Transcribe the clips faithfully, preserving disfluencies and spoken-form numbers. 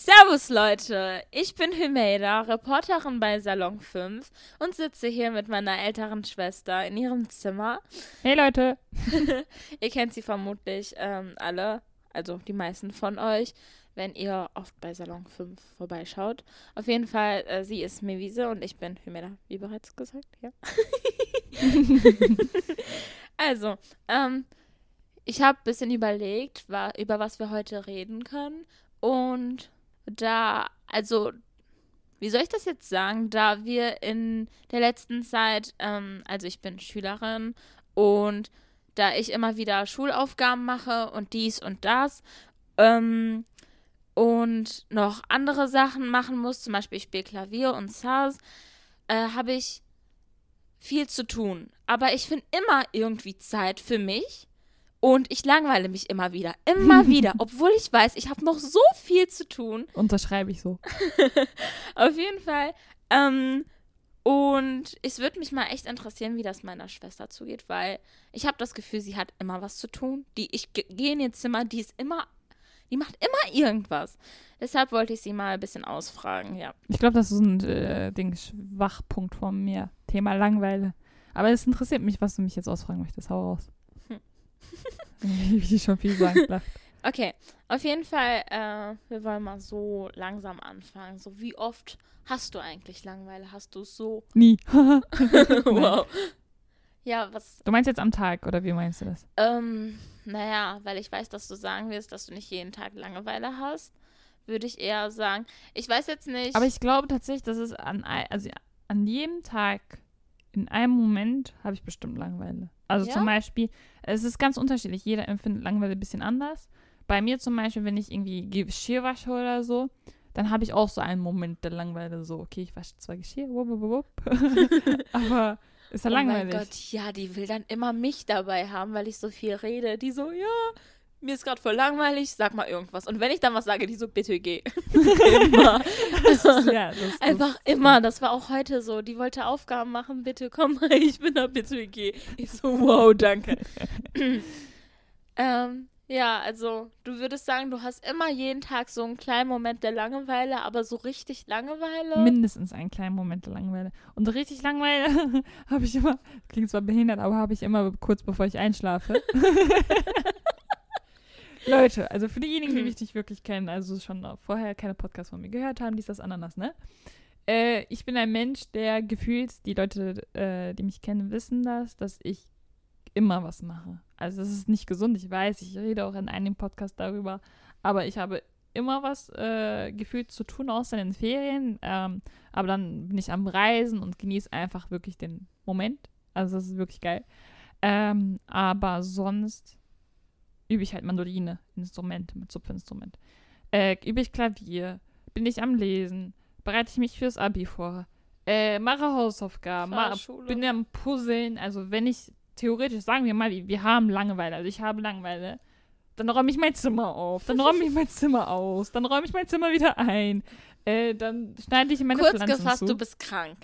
Servus Leute, ich bin Hümeida, Reporterin bei Salon fünf und sitze hier mit meiner älteren Schwester in ihrem Zimmer. Hey Leute! Ihr kennt sie vermutlich ähm, alle, also die meisten von euch, wenn ihr oft bei Salon fünf vorbeischaut. Auf jeden Fall, äh, sie ist Mewise und ich bin Hümeida, wie bereits gesagt, ja. Also, ähm, ich habe ein bisschen überlegt, wa- über was wir heute reden können. Und da, also, wie soll ich das jetzt sagen, da wir in der letzten Zeit, ähm, also ich bin Schülerin und da ich immer wieder Schulaufgaben mache und dies und das, ähm, und noch andere Sachen machen muss, zum Beispiel ich spiele Klavier und Saz, äh, habe ich viel zu tun. Aber ich finde immer irgendwie Zeit für mich. Und ich langweile mich immer wieder, immer wieder, obwohl ich weiß, ich habe noch so viel zu tun. Unterschreibe ich so. Auf jeden Fall. Ähm, und es würde mich mal echt interessieren, wie das meiner Schwester zugeht, weil ich habe das Gefühl, sie hat immer was zu tun. Die, ich ge- gehe in ihr Zimmer, die ist immer, die macht immer irgendwas. Deshalb wollte ich sie mal ein bisschen ausfragen, ja. Ich glaube, das ist ein äh, Ding, Schwachpunkt von mir. Thema Langeweile. Aber es interessiert mich, was du mich jetzt ausfragen möchtest. Hau raus. Hm. Wie ich schon viel sagen darf. Okay, auf jeden Fall, äh, wir wollen mal so langsam anfangen. So, wie oft hast du eigentlich Langeweile? Hast du es so? Nie. Wow. Ja, was, Du meinst jetzt am Tag, oder wie meinst du das? ähm, naja, weil ich weiß, dass du sagen wirst, dass du nicht jeden Tag Langeweile hast, würde ich eher sagen, ich weiß jetzt nicht. Aber ich glaube tatsächlich, dass es an, ei- also an jedem Tag, in einem Moment, habe ich bestimmt Langeweile. Also Ja? zum Beispiel, es ist ganz unterschiedlich. Jeder empfindet Langeweile ein bisschen anders. Bei mir zum Beispiel, wenn ich irgendwie Geschirr wasche oder so, dann habe ich auch so einen Moment der Langeweile. So, okay, ich wasche zwar Geschirr, wupp, wupp, wupp. Aber ist ja Oh mein langweilig. Gott, ja, die will dann immer mich dabei haben, weil ich so viel rede. Die so, ja, mir ist gerade voll langweilig, sag mal irgendwas. Und wenn ich dann was sage, die so, bitte geh. Immer. Das ist, ja, das, das, Einfach immer. Das war auch heute so. Die wollte Aufgaben machen, bitte komm mal, ich bin da, bitte geh. Ich so, wow, danke. ähm, ja, also du würdest sagen, du hast immer jeden Tag so einen kleinen Moment der Langeweile, aber so richtig Langeweile? mindestens einen kleinen Moment der Langeweile. Und richtig Langeweile habe ich immer, klingt zwar behindert, aber habe ich immer kurz bevor ich einschlafe. Leute, also für diejenigen, die mich nicht wirklich kennen, also schon vorher keine Podcasts von mir gehört haben, dies, das, Ananas, ne? Äh, ich bin ein Mensch, der gefühlt, die Leute, äh, die mich kennen, wissen das, dass ich immer was mache. Also das ist nicht gesund, ich weiß, ich rede auch in einem Podcast darüber, aber ich habe immer was äh, gefühlt zu tun, außer in den Ferien, ähm, aber dann bin ich am Reisen und genieße einfach wirklich den Moment. Also das ist wirklich geil. Ähm, aber sonst übe ich halt Mandoline, Instrument, mit Zupfinstrument. Äh, übe ich Klavier, bin ich am Lesen, bereite ich mich fürs Abi vor, äh, mache Hausaufgaben, ma Fahrschule. bin am Puzzeln. Also wenn ich theoretisch, sagen wir mal, wir wir haben Langeweile, also ich habe Langeweile, dann räume ich mein Zimmer auf, dann räume ich mein Zimmer aus, dann räume ich mein Zimmer wieder ein, äh, dann schneide ich meine Kurz Pflanzen gefasst, zu. du bist krank.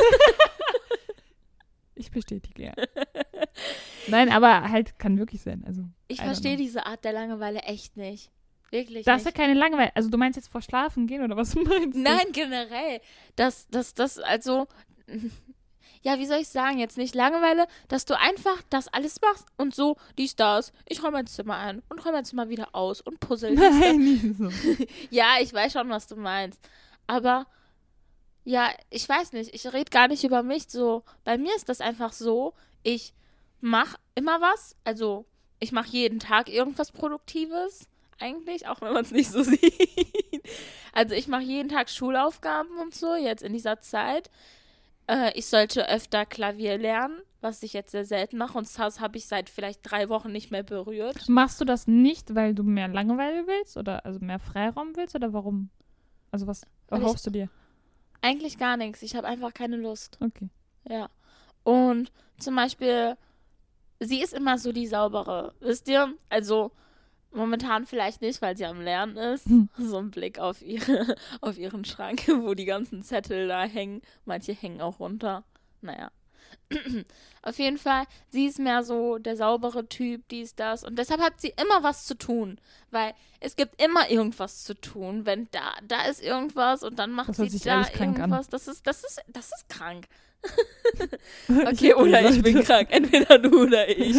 Ich bestätige, ja. Nein, aber halt kann wirklich sein. Also, Ich I don't verstehe know. diese Art der Langeweile echt nicht. Wirklich Das ist ja nicht. keine Langeweile. Also du meinst jetzt vor Schlafen gehen oder was meinst du? Nein, generell. Das, das, das, also, ja, wie soll ich sagen, jetzt nicht Langeweile, dass du einfach das alles machst und so, dies, das, ich räume mein Zimmer ein und räume mein Zimmer wieder aus und puzzle. dies, das. Nein, nicht so. Ja, ich weiß schon, was du meinst. Aber, ja, ich weiß nicht, ich rede gar nicht über mich so. Bei mir ist das einfach so, ich mache immer was, also ich mache jeden Tag irgendwas Produktives, eigentlich, auch wenn man es nicht so sieht. Also ich mache jeden Tag Schulaufgaben und so, jetzt in dieser Zeit. Äh, ich sollte öfter Klavier lernen, was ich jetzt sehr selten mache. Und das habe ich seit vielleicht drei Wochen nicht mehr berührt. Machst du das nicht, weil du mehr Langeweile willst oder also mehr Freiraum willst oder warum? Also was Weil ich- erhoffst du dir? Eigentlich gar nichts. Ich habe einfach keine Lust. Okay. Ja. Und zum Beispiel, sie ist immer so die saubere. Wisst ihr? Also momentan vielleicht nicht, weil sie am Lernen ist. Hm. So ein Blick auf, ihre, auf ihren Schrank, wo die ganzen Zettel da hängen. Manche hängen auch runter. Naja. Auf jeden Fall, sie ist mehr so der saubere Typ, dies, das. Und deshalb hat sie immer was zu tun. Weil es gibt immer irgendwas zu tun. Wenn da, da ist irgendwas und dann macht Das hört sie sich da ehrlich krank an. irgendwas. Das ist, das ist, das ist krank. Okay, oder ich bin krank. Entweder du oder ich.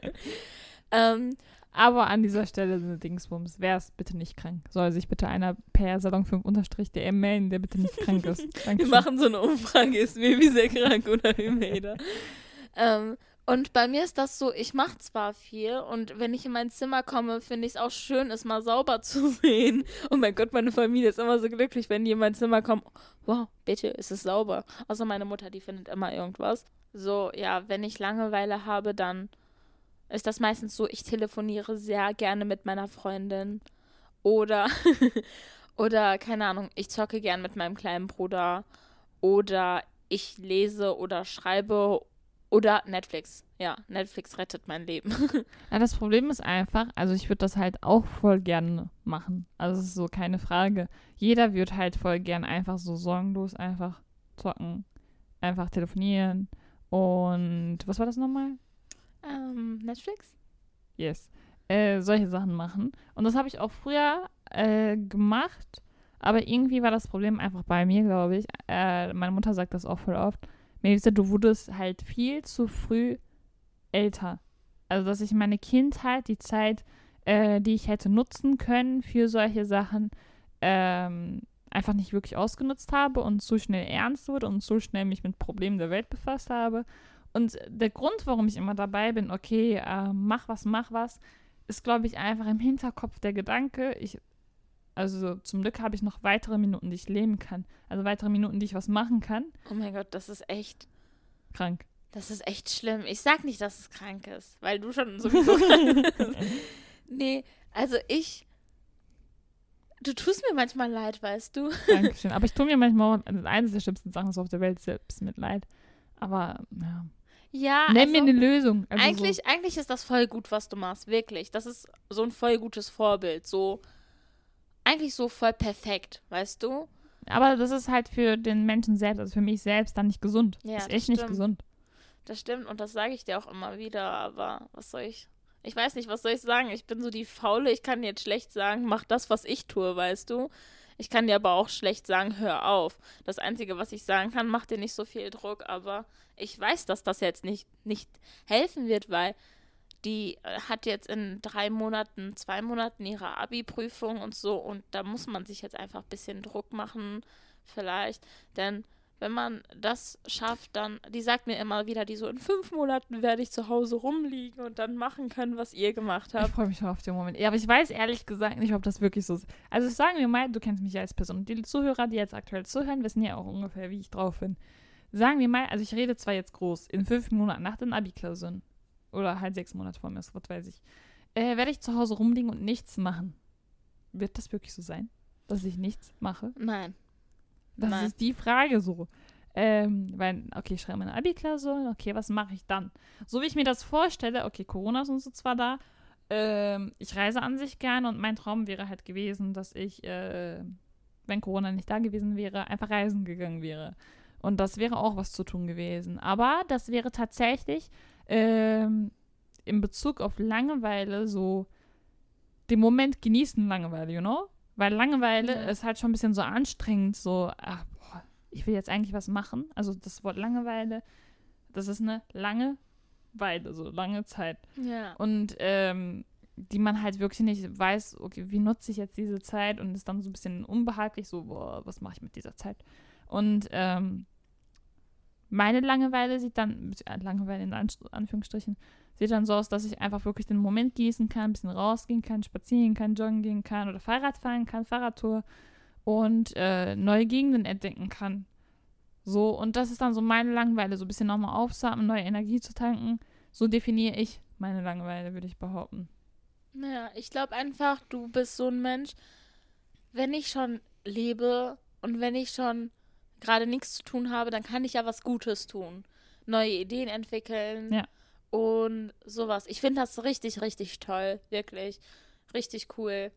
ähm, Aber an dieser Stelle eine Dingsbums. Wer ist bitte nicht krank? Soll sich bitte einer per Salon fünf D M melden, der bitte nicht krank ist. Wir Dankeschön. machen so eine Umfrage, ist Baby sehr krank oder Hymeda? ähm, und bei mir ist das so, ich mache zwar viel und wenn ich in mein Zimmer komme, finde ich es auch schön, es mal sauber zu sehen. Oh mein Gott, meine Familie ist immer so glücklich, wenn die in mein Zimmer kommen. Wow, bitte, ist es sauber. Außer meine Mutter, die findet immer irgendwas. So, ja, wenn ich Langeweile habe, dann ist das meistens so, ich telefoniere sehr gerne mit meiner Freundin. Oder, oder, keine Ahnung, ich zocke gern mit meinem kleinen Bruder. Oder ich lese oder schreibe. Oder Netflix. Ja, Netflix rettet mein Leben. Ja, das Problem ist einfach, also ich würde das halt auch voll gerne machen. Also es ist so keine Frage. Jeder wird halt voll gern einfach so sorgenlos einfach zocken, einfach telefonieren und was war das nochmal? ähm, Netflix? Yes. Äh, solche Sachen machen. Und das habe ich auch früher äh, gemacht, aber irgendwie war das Problem einfach bei mir, glaube ich. Äh, meine Mutter sagt das auch voll oft. Melissa, du wurdest halt viel zu früh älter. Also, dass ich meine Kindheit, die Zeit, äh, die ich hätte nutzen können für solche Sachen, ähm, einfach nicht wirklich ausgenutzt habe und so schnell ernst wurde und so schnell mich mit Problemen der Welt befasst habe. Und der Grund, warum ich immer dabei bin, okay, äh, mach was, mach was, ist, glaube ich, einfach im Hinterkopf der Gedanke, ich, also zum Glück habe ich noch weitere Minuten, die ich leben kann. Also weitere Minuten, die ich was machen kann. Oh mein Gott, das ist echt, Krank. das ist echt schlimm. Ich sag nicht, dass es krank ist, weil du schon sowieso krank bist. Nee, also ich, du tust mir manchmal leid, weißt du? Dankeschön. Aber ich tue mir manchmal auch, also eines der schlimmsten Sachen ist auf der Welt selbst mit Leid. Aber, ja. Ja, Nenn also mir eine Lösung. Also eigentlich, so. eigentlich ist das voll gut, was du machst, wirklich. Das ist so ein voll gutes Vorbild, so, eigentlich so voll perfekt, weißt du? Aber das ist halt für den Menschen selbst, also für mich selbst, dann nicht gesund. Ja, ist das echt nicht stimmt. gesund. Das stimmt und das sage ich dir auch immer wieder, aber was soll ich? Ich weiß nicht, was soll ich sagen? Ich bin so die Faule, ich kann jetzt schlecht sagen, mach das, was ich tue, weißt du? Ich kann dir aber auch schlecht sagen, hör auf. Das Einzige, was ich sagen kann, mach dir nicht so viel Druck, aber ich weiß, dass das jetzt nicht, nicht helfen wird, weil die äh, hat jetzt in drei Monaten, zwei Monaten ihre Abi-Prüfung und so und da muss man sich jetzt einfach ein bisschen Druck machen, vielleicht, denn wenn man das schafft, dann, die sagt mir immer wieder, die so in fünf Monaten werde ich zu Hause rumliegen und dann machen können, was ihr gemacht Ich habt. freue mich schon auf den Moment. Ja, aber ich weiß ehrlich gesagt nicht, ob das wirklich so ist. Also sagen wir mal, du kennst mich ja als Person. Die Zuhörer, die jetzt aktuell zuhören, wissen ja auch ungefähr, wie ich drauf bin. Sagen wir mal, also ich rede zwar jetzt groß, in fünf Monaten nach den Abi-Klausuren oder halt sechs Monate vor mir, was weiß ich, äh, werde ich zu Hause rumliegen und nichts machen. Wird das wirklich so sein, dass ich nichts mache? Nein. Das Nein. ist die Frage so. Ähm, weil, okay, ich schreibe meine Abi-Klausuren, okay, was mache ich dann? So wie ich mir das vorstelle, okay, Corona ist und so zwar da, ähm, ich reise an sich gerne und mein Traum wäre halt gewesen, dass ich, äh, wenn Corona nicht da gewesen wäre, einfach reisen gegangen wäre. Und das wäre auch was zu tun gewesen. Aber das wäre tatsächlich ähm, in Bezug auf Langeweile so den Moment genießen, Langeweile, you know? Weil Langeweile Ja. ist halt schon ein bisschen so anstrengend, so, ach, boah, ich will jetzt eigentlich was machen. Also das Wort Langeweile, das ist eine lange Weile, so lange Zeit. Ja. Und ähm, die man halt wirklich nicht weiß, okay, wie nutze ich jetzt diese Zeit und ist dann so ein bisschen unbehaglich, so, boah, was mache ich mit dieser Zeit? Und ähm, meine Langeweile sieht dann, äh, Langeweile in Anst- Anführungsstrichen, sieht dann so aus, dass ich einfach wirklich den Moment genießen kann, ein bisschen rausgehen kann, spazieren kann, joggen gehen kann oder Fahrrad fahren kann, Fahrradtour und äh, neue Gegenden entdecken kann. So, und das ist dann so meine Langeweile, so ein bisschen nochmal aufsammeln, neue Energie zu tanken. So definiere ich meine Langeweile, würde ich behaupten. Ja, ich glaube einfach, du bist so ein Mensch, wenn ich schon lebe und wenn ich schon gerade nichts zu tun habe, dann kann ich ja was Gutes tun. Neue Ideen entwickeln Ja. und sowas. Ich finde das richtig, richtig toll. Wirklich. Richtig cool.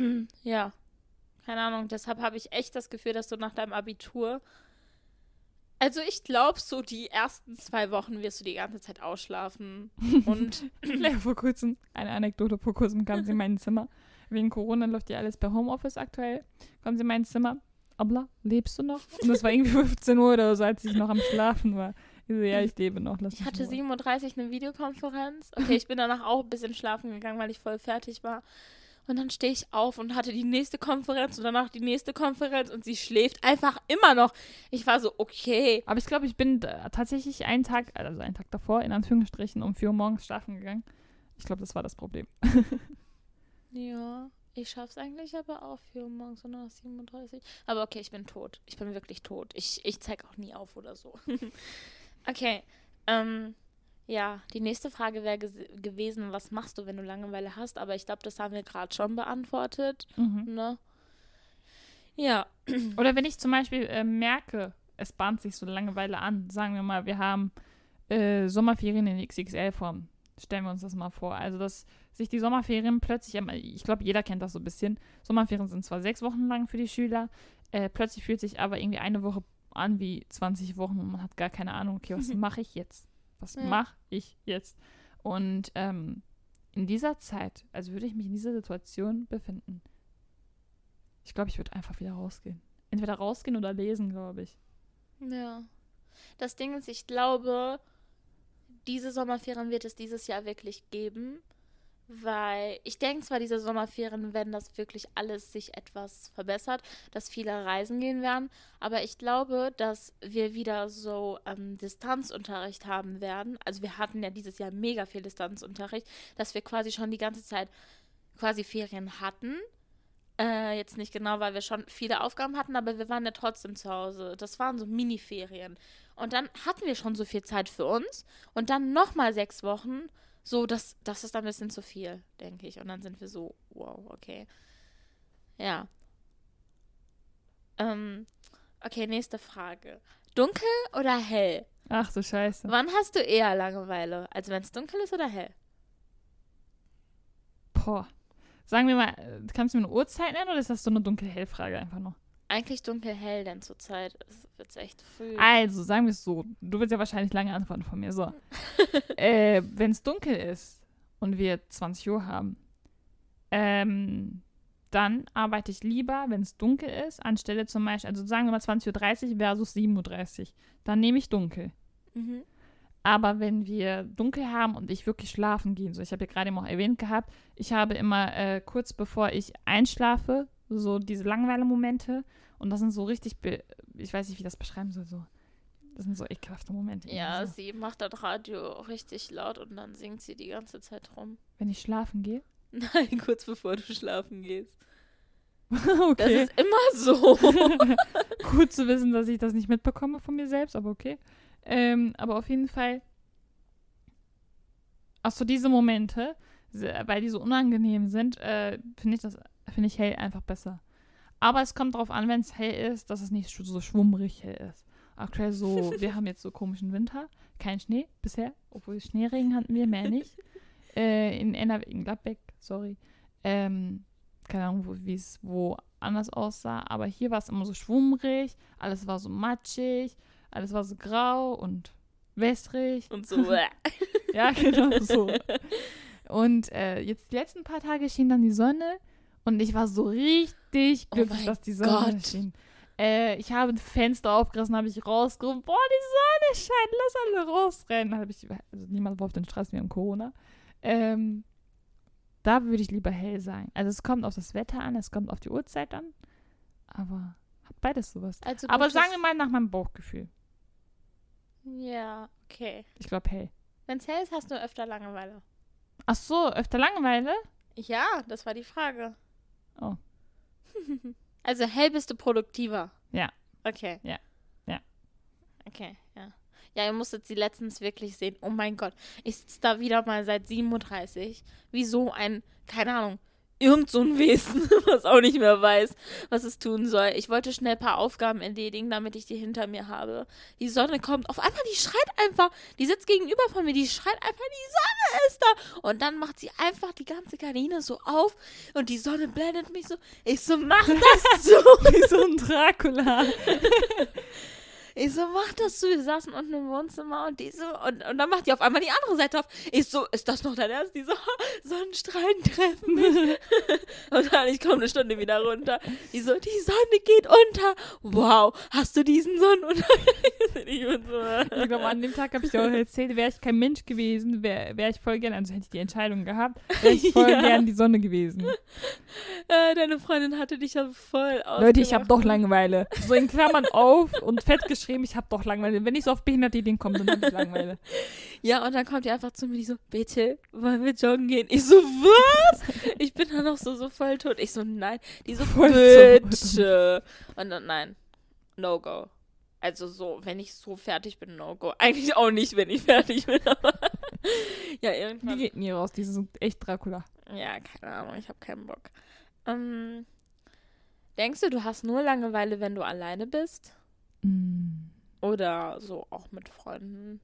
Ja. Keine Ahnung, deshalb habe ich echt das Gefühl, dass du nach deinem Abitur Also ich glaube, so die ersten zwei Wochen wirst du die ganze Zeit ausschlafen. Und Ja, vor kurzem, eine Anekdote, vor kurzem kam sie in mein Zimmer. Wegen Corona läuft ja alles bei Homeoffice aktuell. Kam sie in mein Zimmer. Abla, lebst du noch? Und es war irgendwie fünfzehn Uhr oder so, als ich noch am Schlafen war. Ich so, ja, ich lebe noch. Lass ich mich hatte in Ruhe. sieben Uhr dreißig eine Videokonferenz. Okay, ich bin danach auch ein bisschen schlafen gegangen, weil ich voll fertig war. Und dann stehe ich auf und hatte die nächste Konferenz und danach die nächste Konferenz und sie schläft einfach immer noch. Ich war so, okay. Aber ich glaube, ich bin äh, tatsächlich einen Tag, also einen Tag davor, in Anführungsstrichen, um vier Uhr morgens schlafen gegangen. Ich glaube, das war das Problem. Ja, ich schaff's eigentlich aber auch vier Uhr morgens und nach sieben Uhr dreißig. Aber okay, ich bin tot. Ich bin wirklich tot. Ich, ich zeig auch nie auf oder so. Okay, ähm, ja, die nächste Frage wäre ges- gewesen, was machst du, wenn du Langeweile hast? Aber ich glaube, das haben wir gerade schon beantwortet, Mhm. ne? Ja, Oder wenn ich zum Beispiel äh, merke, es bahnt sich so Langeweile an, sagen wir mal, wir haben äh, Sommerferien in X X L-Form. Stellen wir uns das mal vor. Also, dass sich die Sommerferien plötzlich, am- ich glaube, jeder kennt das so ein bisschen. Sommerferien sind zwar sechs Wochen lang für die Schüler, äh, plötzlich fühlt sich aber irgendwie eine Woche an wie zwanzig Wochen und man hat gar keine Ahnung, okay, was mache ich jetzt? Was Ja. mache ich jetzt? Und ähm, in dieser Zeit, also würde ich mich in dieser Situation befinden, ich glaube, ich würde einfach wieder rausgehen. Entweder rausgehen oder lesen, glaube ich. ja. Das Ding ist, ich glaube, diese Sommerferien wird es dieses Jahr wirklich geben, weil ich denke zwar, diese Sommerferien, wenn das wirklich alles sich etwas verbessert, dass viele reisen gehen werden, aber ich glaube, dass wir wieder so ähm, Distanzunterricht haben werden. Also wir hatten ja dieses Jahr mega viel Distanzunterricht, dass wir quasi schon die ganze Zeit quasi Ferien hatten. Äh, jetzt nicht genau, weil wir schon viele Aufgaben hatten, aber wir waren ja trotzdem zu Hause. Das waren so Mini-Ferien. Und dann hatten wir schon so viel Zeit für uns und dann nochmal sechs Wochen. So, das, das ist ein bisschen zu viel, denke ich. Und dann sind wir so, wow, okay. Ja. Ähm, okay, nächste Frage. Dunkel oder hell? Ach du Scheiße. Wann hast du eher Langeweile? Also wenn es dunkel ist oder hell? Boah. Sagen wir mal, äh, kannst du mir eine Uhrzeit nennen oder ist das so eine dunkel-hell-Frage einfach noch? Eigentlich dunkel-hell, denn zurzeit wird es echt früh. Also, sagen wir es so. Du willst ja wahrscheinlich lange antworten von mir. So. äh, Wenn es dunkel ist und wir zwanzig Uhr haben, ähm, dann arbeite ich lieber, wenn es dunkel ist, anstelle zum Beispiel, also sagen wir mal zwanzig Uhr dreißig versus sieben Uhr dreißig. Dann nehme ich dunkel. Mhm. Aber wenn wir dunkel haben und ich wirklich schlafen gehe, so ich habe ja gerade eben auch erwähnt gehabt, ich habe immer äh, kurz bevor ich einschlafe, so diese Langeweile-Momente und das sind so richtig, be- ich weiß nicht, wie ich das beschreiben soll, so. Das sind so ekelhafte Momente. Ja, so. sie macht das Radio richtig laut und dann singt sie die ganze Zeit rum. Wenn ich schlafen gehe? Nein, kurz bevor du schlafen gehst. Okay. Das ist immer so. Gut zu wissen, dass ich das nicht mitbekomme von mir selbst, aber okay. Ähm, aber auf jeden Fall, ach so, diese Momente, se- weil die so unangenehm sind, äh, finde ich das, finde ich hell einfach besser. Aber es kommt darauf an, wenn es hell ist, dass es nicht sch- so schwummrig hell ist. Aktuell so, wir haben jetzt so komischen Winter, kein Schnee bisher, obwohl Schneeregen hatten wir, mehr nicht. Äh, in N R W, in Gladbeck, sorry. Ähm, keine Ahnung, wo- wie es wo anders aussah, aber hier war es immer so schwummrig, alles war so matschig, alles war so grau und wässrig. Und so. äh. Ja, genau so. Und äh, jetzt die letzten paar Tage schien dann die Sonne und ich war so richtig Oh glücklich, mein dass die Sonne Gott. schien. Äh, ich habe ein Fenster aufgerissen, habe ich rausgerufen, boah, die Sonne scheint, lass alle rausrennen. Hab ich, also niemand war auf den Straßen, wir haben Corona. Ähm, da würde ich lieber hell sein. Also es kommt auf das Wetter an, es kommt auf die Uhrzeit an, aber hat beides sowas. Also Aber gutes- sagen wir mal nach meinem Bauchgefühl. Ja, okay. Ich glaube hell. Wenn es hell ist, hast du öfter Langeweile. Ach so, öfter Langeweile? Ja, das war die Frage. Oh. Also hell bist du produktiver. Ja. Okay. Ja. Ja. Okay, ja. Ja, ihr musstet sie letztens wirklich sehen. Oh mein Gott. Ich sitze da wieder mal seit sieben Uhr dreißig. Wie so ein, keine Ahnung, irgend so ein Wesen, was auch nicht mehr weiß, was es tun soll. Ich wollte schnell ein paar Aufgaben erledigen, damit ich die hinter mir habe. Die Sonne kommt. Auf einmal, die schreit einfach. Die sitzt gegenüber von mir. Die schreit einfach, die Sonne ist da. Und dann macht sie einfach die ganze Gardine so auf. Und die Sonne blendet mich so. Ich so, mach das zu. Wie so ein Dracula. Ich so, mach das zu. Wir saßen unten im Wohnzimmer und die so, und, und dann macht die auf einmal die andere Seite auf. Ich so, ist das noch dein Ernst? Die so, Sonnenstrahlen treffen mich. Und dann, ich komme eine Stunde wieder runter. Die so, die Sonne geht unter. Wow, hast du diesen Sonnenuntergang? Ich bin so, Ich glaube, an dem Tag habe ich dir auch erzählt, wäre ich kein Mensch gewesen, wäre wär ich voll gern, also hätte ich die Entscheidung gehabt, wäre ich voll Ja. gern die Sonne gewesen. äh, deine Freundin hatte dich ja voll ausgemacht. Leute, ich habe doch Langeweile. So in Klammern auf und fett geschrieben, ich habe doch Langeweile. Wenn ich so auf behinderte Ideen komme, dann habe ich Langeweile. Ja, und dann kommt die einfach zu mir, die so, bitte, wollen wir joggen gehen? Ich so, was? Ich bin dann noch so, so voll tot. Ich so, nein. Die so, Voll bitte. Und dann, nein, no go. Also so, wenn ich so fertig bin, no go. Eigentlich auch nicht, wenn ich fertig bin, aber ja, Wie irgendwann. geht denn hier raus? Die sind echt Dracula. Ja, keine Ahnung, ich habe keinen Bock. Ähm, denkst du, du hast nur Langeweile, wenn du alleine bist? Mm. Oder so auch mit Freunden?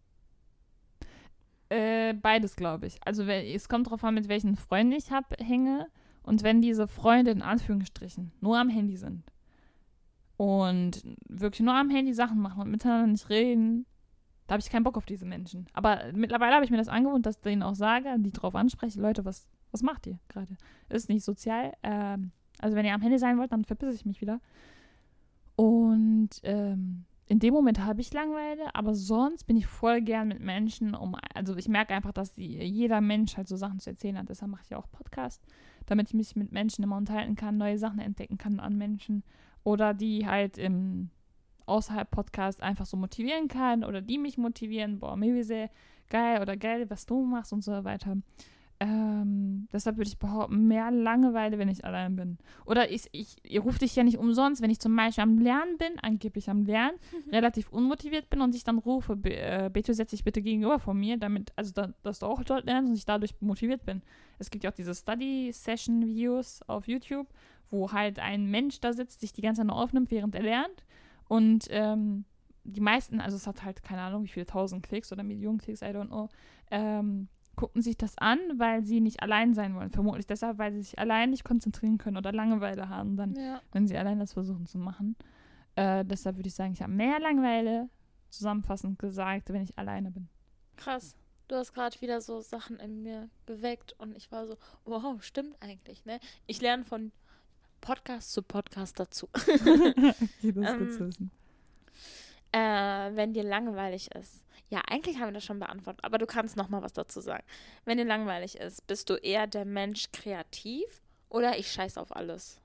Äh, beides, glaube ich. Also wenn, es kommt drauf an, mit welchen Freunden ich hab, hänge. Und wenn diese Freunde in Anführungsstrichen nur am Handy sind und wirklich nur am Handy Sachen machen und miteinander nicht reden, da habe ich keinen Bock auf diese Menschen. Aber mittlerweile habe ich mir das angewohnt, dass ich denen auch sage, die drauf anspreche, Leute, was, was macht ihr gerade? Ist nicht sozial. Ähm, also wenn ihr am Handy sein wollt, dann verpisse ich mich wieder. Und ähm, in dem Moment habe ich Langeweile, aber sonst bin ich voll gern mit Menschen, um, also ich merke einfach, dass die, jeder Mensch halt so Sachen zu erzählen hat. Deshalb mache ich ja auch Podcast, damit ich mich mit Menschen immer unterhalten kann, neue Sachen entdecken kann an Menschen oder die halt im außerhalb Podcast einfach so motivieren kann oder die mich motivieren, boah, mir sehr geil oder geil, was du machst und so weiter. Ähm, deshalb würde ich behaupten, mehr Langeweile, wenn ich allein bin. Oder ich, ich, ihr ruft dich ja nicht umsonst, wenn ich zum Beispiel am Lernen bin, angeblich am Lernen, relativ unmotiviert bin und ich dann rufe, Be- äh, Beto, setz dich bitte gegenüber von mir, damit, also da, dass du auch dort lernst und ich dadurch motiviert bin. Es gibt ja auch diese Study-Session-Videos auf YouTube, wo halt ein Mensch da sitzt, sich die ganze Zeit nur aufnimmt, während er lernt. Und ähm, die meisten, also es hat halt keine Ahnung, wie viele tausend Klicks oder Millionen Klicks, I don't know, ähm, gucken sich das an, weil sie nicht allein sein wollen. Vermutlich deshalb, weil sie sich allein nicht konzentrieren können oder Langeweile haben, dann, Ja. wenn sie allein das versuchen zu machen. Äh, deshalb würde ich sagen, ich habe mehr Langeweile, zusammenfassend gesagt, wenn ich alleine bin. Krass. Du hast gerade wieder so Sachen in mir geweckt und ich war so, wow, stimmt eigentlich, ne? Ich lerne von Podcast zu Podcast dazu. Okay, das ist gut zu Ähm, wissen. Äh, wenn dir langweilig ist. Ja, eigentlich haben wir das schon beantwortet, aber du kannst noch mal was dazu sagen. Wenn dir langweilig ist, bist du eher der Mensch kreativ oder ich scheiß auf alles?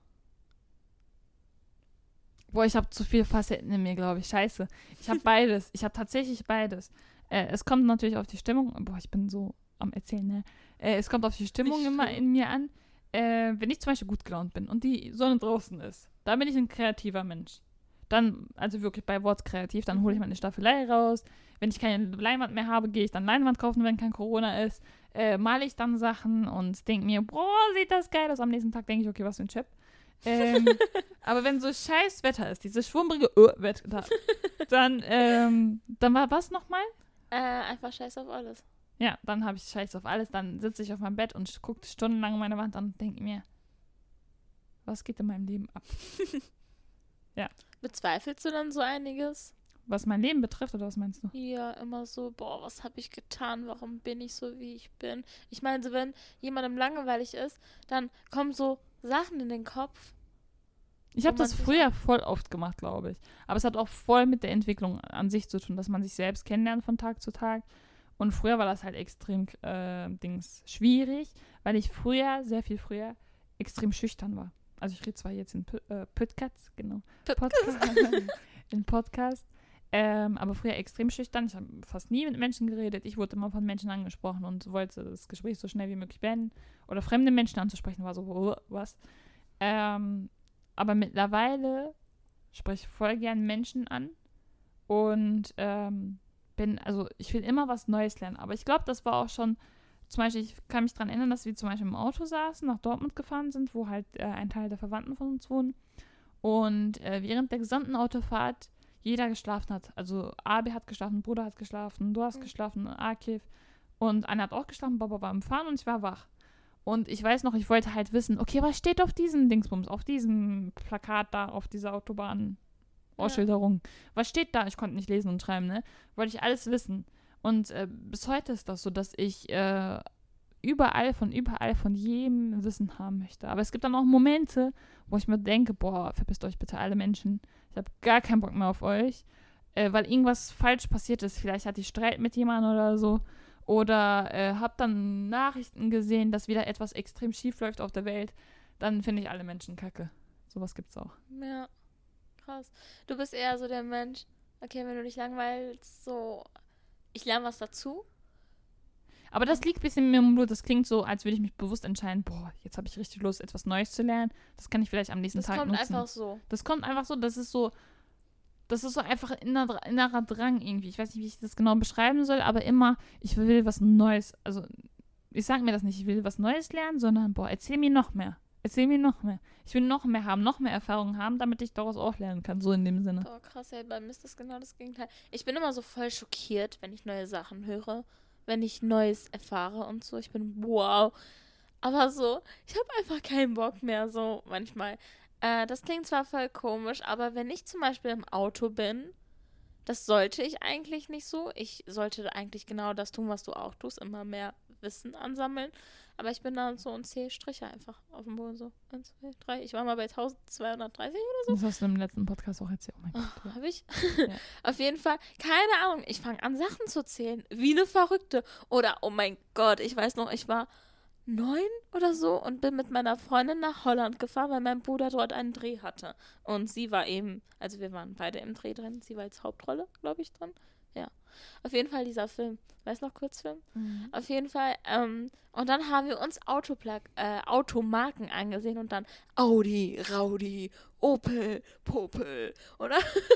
Boah, ich habe zu viele Facetten in mir, glaube ich. Scheiße. Ich habe beides. Ich habe tatsächlich beides. Äh, es kommt natürlich auf die Stimmung. Boah, ich bin so am Erzählen, ne? Äh, es kommt auf die Stimmung Nicht immer schlimm. in mir an. Äh, wenn ich zum Beispiel gut gelaunt bin und die Sonne draußen ist, dann bin ich ein kreativer Mensch. Dann, also wirklich bei Wort kreativ, dann hole ich meine Staffelei raus. Wenn ich keine Leinwand mehr habe, gehe ich dann Leinwand kaufen, wenn kein Corona ist. Äh, male ich dann Sachen und denke mir, boah, sieht das geil aus. Am nächsten Tag denke ich, okay, was für ein Chip. Ähm, aber wenn so scheiß Wetter ist, dieses schwummerige uh, Wetter, dann, ähm, dann war was nochmal? Äh, einfach scheiß auf alles. Ja, dann habe ich Scheiß auf alles. Dann sitze ich auf meinem Bett und gucke stundenlang meine Wand an und denke mir, was geht in meinem Leben ab? Bezweifelst du dann so einiges? Was mein Leben betrifft, oder was meinst du? Ja, immer so, boah, was habe ich getan? Warum bin ich so, wie ich bin? Ich meine, so wenn jemandem langweilig ist, dann kommen so Sachen in den Kopf. Ich habe Wo man das sich früher voll oft gemacht, glaube ich. Aber es hat auch voll mit der Entwicklung an sich zu tun, dass man sich selbst kennenlernt von Tag zu Tag. Und früher war das halt extrem äh, Dings schwierig, weil ich früher, sehr viel früher, extrem schüchtern war. Also ich rede zwar jetzt in P- äh, Podcast, genau. Podcast. in Podcast. Ähm, aber früher extrem schüchtern. Ich habe fast nie mit Menschen geredet. Ich wurde immer von Menschen angesprochen und wollte das Gespräch so schnell wie möglich beenden. Oder fremde Menschen anzusprechen, war so, oh, was? Ähm, aber mittlerweile spreche ich voll gern Menschen an und ähm, bin, also ich will immer was Neues lernen. Aber ich glaube, das war auch schon, zum Beispiel, ich kann mich daran erinnern, dass wir zum Beispiel im Auto saßen, nach Dortmund gefahren sind, wo halt äh, ein Teil der Verwandten von uns wohnen. Und äh, während der gesamten Autofahrt jeder geschlafen hat. Also Abi hat geschlafen, Bruder hat geschlafen, du hast Mhm. geschlafen, Akif. Und Anna hat auch geschlafen, Baba war im Fahren und ich war wach. Und ich weiß noch, ich wollte halt wissen, okay, was steht auf diesem Dingsbums, auf diesem Plakat da, auf dieser Autobahn, Ausschilderungen. Ja. Was steht da? Ich konnte nicht lesen und schreiben, ne? Wollte ich alles wissen. Und äh, bis heute ist das so, dass ich äh, überall, von überall, von jedem Wissen haben möchte. Aber es gibt dann auch Momente, wo ich mir denke, boah, verpisst euch bitte alle Menschen. Ich habe gar keinen Bock mehr auf euch, äh, weil irgendwas falsch passiert ist. Vielleicht hatte ich Streit mit jemandem oder so. Oder äh, habe dann Nachrichten gesehen, dass wieder etwas extrem schief läuft auf der Welt. Dann finde ich alle Menschen kacke. Sowas gibt's auch. Ja, krass. Du bist eher so der Mensch, okay, wenn du dich langweilst, so, ich lerne was dazu. Aber das liegt ein bisschen in mir im Blut. Das klingt so, als würde ich mich bewusst entscheiden, boah, jetzt habe ich richtig Lust, etwas Neues zu lernen. Das kann ich vielleicht am nächsten das Tag nutzen. Das kommt einfach so. Das kommt einfach so, das ist so, das ist so einfach innerer, innerer Drang irgendwie. Ich weiß nicht, wie ich das genau beschreiben soll, aber immer, ich will was Neues, also ich sage mir das nicht, ich will was Neues lernen, sondern, boah, erzähl mir noch mehr. Erzähl mir noch mehr. Ich will noch mehr haben, noch mehr Erfahrungen haben, damit ich daraus auch lernen kann, so in dem Sinne. Oh, krass, ey, bei mir ist das genau das Gegenteil. Ich bin immer so voll schockiert, wenn ich neue Sachen höre, wenn ich Neues erfahre und so. Ich bin, wow. Aber so, ich habe einfach keinen Bock mehr, so manchmal. Äh, das klingt zwar voll komisch, aber wenn ich zum Beispiel im Auto bin, das sollte ich eigentlich nicht so. Ich sollte eigentlich genau das tun, was du auch tust, immer mehr Wissen ansammeln. Aber ich bin dann so und zähle Striche einfach auf dem Boden so. Eins, zwei, drei. Ich war mal bei eintausendzweihundertdreißig oder so. Das hast du im letzten Podcast auch erzählt. Oh mein Gott. Oh, Ja. hab ich? Ja. Auf jeden Fall, keine Ahnung. Ich fange an, Sachen zu zählen. Wie eine Verrückte. Oder, oh mein Gott, ich weiß noch, ich war neun oder so und bin mit meiner Freundin nach Holland gefahren, weil mein Bruder dort einen Dreh hatte. Und sie war eben, also wir waren beide im Dreh drin. Sie war als Hauptrolle, glaube ich, drin. Ja. Auf jeden Fall dieser Film. Weißt du noch, Kurzfilm? Mhm. Auf jeden Fall. Ähm, und dann haben wir uns Autopla- äh, Automarken angesehen und dann Audi, Raudi, Opel, Popel. Oder?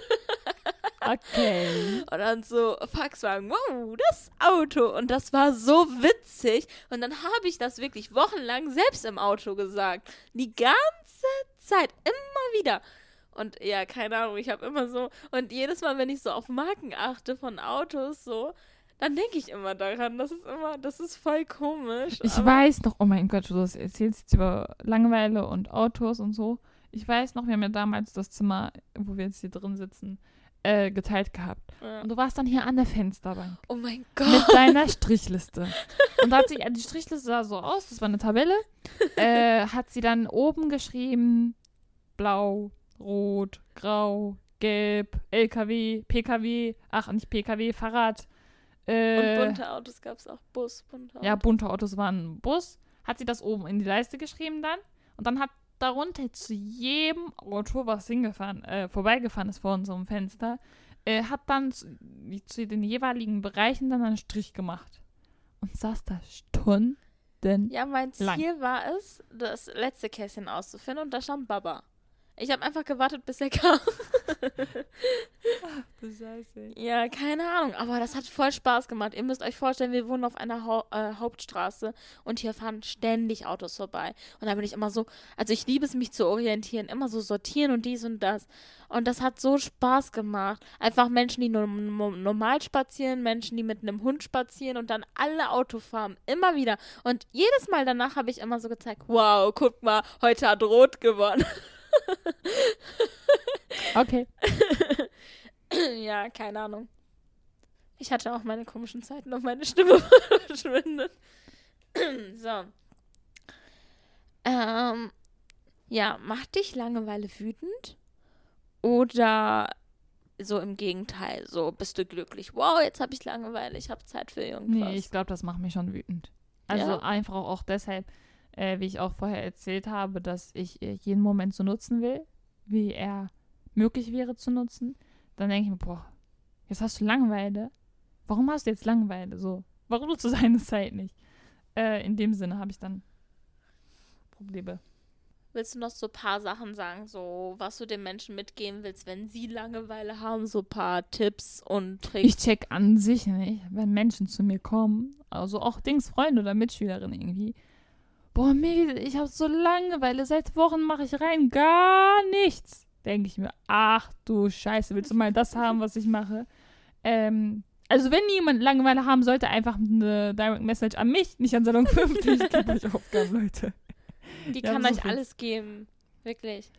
Okay. Und dann so Volkswagen, wow, das Auto. Und das war so witzig. Und dann habe ich das wirklich wochenlang selbst im Auto gesagt. Die ganze Zeit. Immer wieder. Und ja, keine Ahnung, ich habe immer so, und jedes Mal, wenn ich so auf Marken achte von Autos, so, dann denke ich immer daran. Das ist immer, das ist voll komisch. Ich weiß noch, oh mein Gott, du erzählst jetzt über Langeweile und Autos und so. Ich weiß noch, wir haben ja damals das Zimmer, wo wir jetzt hier drin sitzen, äh, geteilt gehabt. Ja. Und du warst dann hier an der Fensterbank. Oh mein Gott. Mit deiner Strichliste. Und da hat sie, die Strichliste sah so aus, das war eine Tabelle, äh, hat sie dann oben geschrieben, blau, rot, grau, gelb, L K W, P K W, ach, nicht P K W, Fahrrad. Äh, und bunte Autos gab es auch, Bus, bunte Autos. Ja, bunte Autos waren Bus. Hat sie das oben in die Leiste geschrieben dann. Und dann hat darunter zu jedem Auto, was hingefahren, äh, vorbeigefahren ist vor unserem Fenster, äh, hat dann zu, zu den jeweiligen Bereichen dann einen Strich gemacht. Und saß da Stunden. Ja, mein Ziel lang. war es, das letzte Kästchen auszufinden und da stand Baba. Ich habe einfach gewartet, bis er kam. Ach, du Scheiße. Ja, keine Ahnung, aber das hat voll Spaß gemacht. Ihr müsst euch vorstellen, wir wohnen auf einer Hau- äh, Hauptstraße und hier fahren ständig Autos vorbei. Und da bin ich immer so, also ich liebe es, mich zu orientieren, immer so sortieren und dies und das. Und das hat so Spaß gemacht. Einfach Menschen, die nur, nur, normal spazieren, Menschen, die mit einem Hund spazieren und dann alle Auto fahren. Immer wieder. Und jedes Mal danach habe ich immer so gezeigt, wow, guck mal, heute hat Rot gewonnen. Okay. Ja, keine Ahnung. Ich hatte auch meine komischen Zeiten und meine Stimme verschwindet. So. Ähm, ja, macht dich Langeweile wütend? Oder so im Gegenteil, so bist du glücklich? Wow, jetzt habe ich Langeweile, ich habe Zeit für irgendwas. Nee, ich glaube, das macht mich schon wütend. Also Ja? einfach auch deshalb, äh, wie ich auch vorher erzählt habe, dass ich äh, jeden Moment so nutzen will, wie er möglich wäre zu nutzen. Dann denke ich mir, boah, jetzt hast du Langeweile. Warum hast du jetzt Langeweile? So, warum nutzt du seine Zeit nicht? Äh, in dem Sinne habe ich dann Probleme. Willst du noch so ein paar Sachen sagen, so was du den Menschen mitgeben willst, wenn sie Langeweile haben, so ein paar Tipps und Tricks? Ich check an sich nicht, wenn Menschen zu mir kommen, also auch Dings, Freunde oder Mitschülerinnen irgendwie. Boah, Mädel, ich habe so Langeweile, seit Wochen mache ich rein gar nichts. Denke ich mir, ach du Scheiße, willst du mal das haben, was ich mache? Ähm, also wenn jemand Langeweile haben sollte, einfach eine Direct Message an mich, nicht an Salon fünfzig. Ich gebe euch Aufgaben, Leute. Die Ja, kann so euch viel. alles geben. Wirklich.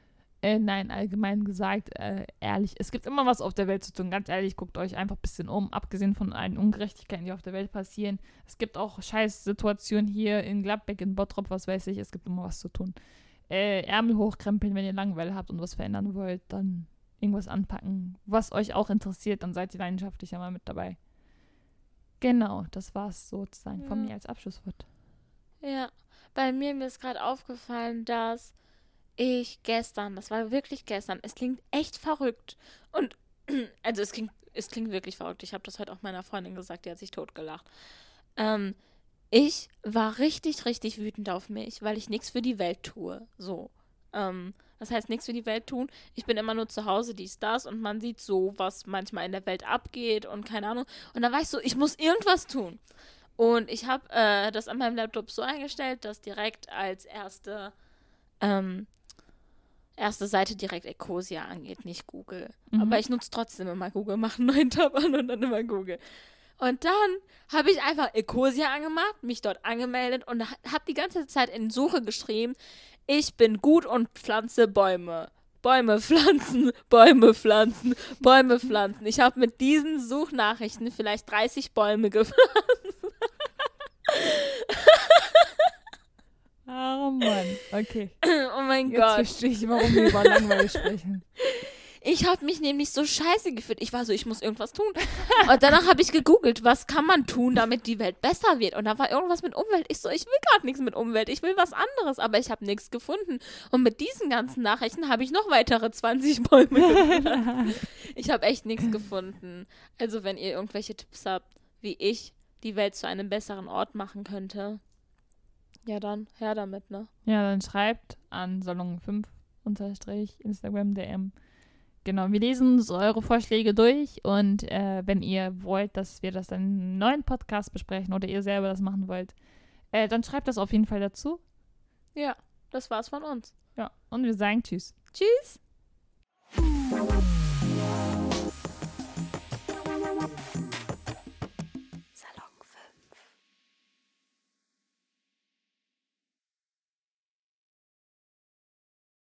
Äh, nein, allgemein gesagt, äh, ehrlich, es gibt immer was auf der Welt zu tun. Ganz ehrlich, guckt euch einfach ein bisschen um, abgesehen von allen Ungerechtigkeiten, die auf der Welt passieren. Es gibt auch scheiß Situationen hier in Gladbeck, in Bottrop, was weiß ich, es gibt immer was zu tun. Äh, Ärmel hochkrempeln, wenn ihr Langeweile habt und was verändern wollt, dann irgendwas anpacken, was euch auch interessiert, dann seid ihr leidenschaftlich ja mal mit dabei. Genau, das war's sozusagen Ja. von mir als Abschlusswort. Ja, bei mir, mir ist gerade aufgefallen, dass ich gestern, das war wirklich gestern, es klingt echt verrückt. Und, also es klingt, es klingt wirklich verrückt. Ich habe das heute auch meiner Freundin gesagt, die hat sich totgelacht. Ähm, ich war richtig, richtig wütend auf mich, weil ich nichts für die Welt tue. So. Ähm, das heißt, nichts für die Welt tun. Ich bin immer nur zu Hause, dies, das, und man sieht so, was manchmal in der Welt abgeht und keine Ahnung. Und dann war ich so, ich muss irgendwas tun. Und ich habe äh, das an meinem Laptop so eingestellt, dass direkt als erste, ähm, erste Seite direkt Ecosia angeht, nicht Google. Mhm. Aber ich nutze trotzdem immer Google, mache einen neuen Tab an und dann immer Google. Und dann habe ich einfach Ecosia angemacht, mich dort angemeldet und habe die ganze Zeit in Suche geschrieben, ich bin gut und pflanze Bäume. Bäume pflanzen, Bäume pflanzen, Bäume pflanzen. Ich habe mit diesen Suchnachrichten vielleicht dreißig Bäume gepflanzt. Oh Mann, okay. Oh mein Jetzt Gott. verstehe ich, warum wir über Langeweile sprechen. Ich habe mich nämlich so scheiße gefühlt. Ich war so, ich muss irgendwas tun. Und danach habe ich gegoogelt, was kann man tun, damit die Welt besser wird. Und da war irgendwas mit Umwelt. Ich so, ich will gerade nichts mit Umwelt. Ich will was anderes, aber ich habe nichts gefunden. Und mit diesen ganzen Nachrichten habe ich noch weitere zwanzig Bäume gepflanzt. Ich habe echt nichts gefunden. Also wenn ihr irgendwelche Tipps habt, wie ich die Welt zu einem besseren Ort machen könnte, ja dann, her damit, ne? Ja, dann schreibt an Salon fünf unterstrich Instagram D M. Genau, wir lesen uns eure Vorschläge durch und äh, wenn ihr wollt, dass wir das dann in einem neuen Podcast besprechen oder ihr selber das machen wollt, äh, dann schreibt das auf jeden Fall dazu. Ja, das war's von uns. Ja, und wir sagen Tschüss. Tschüss.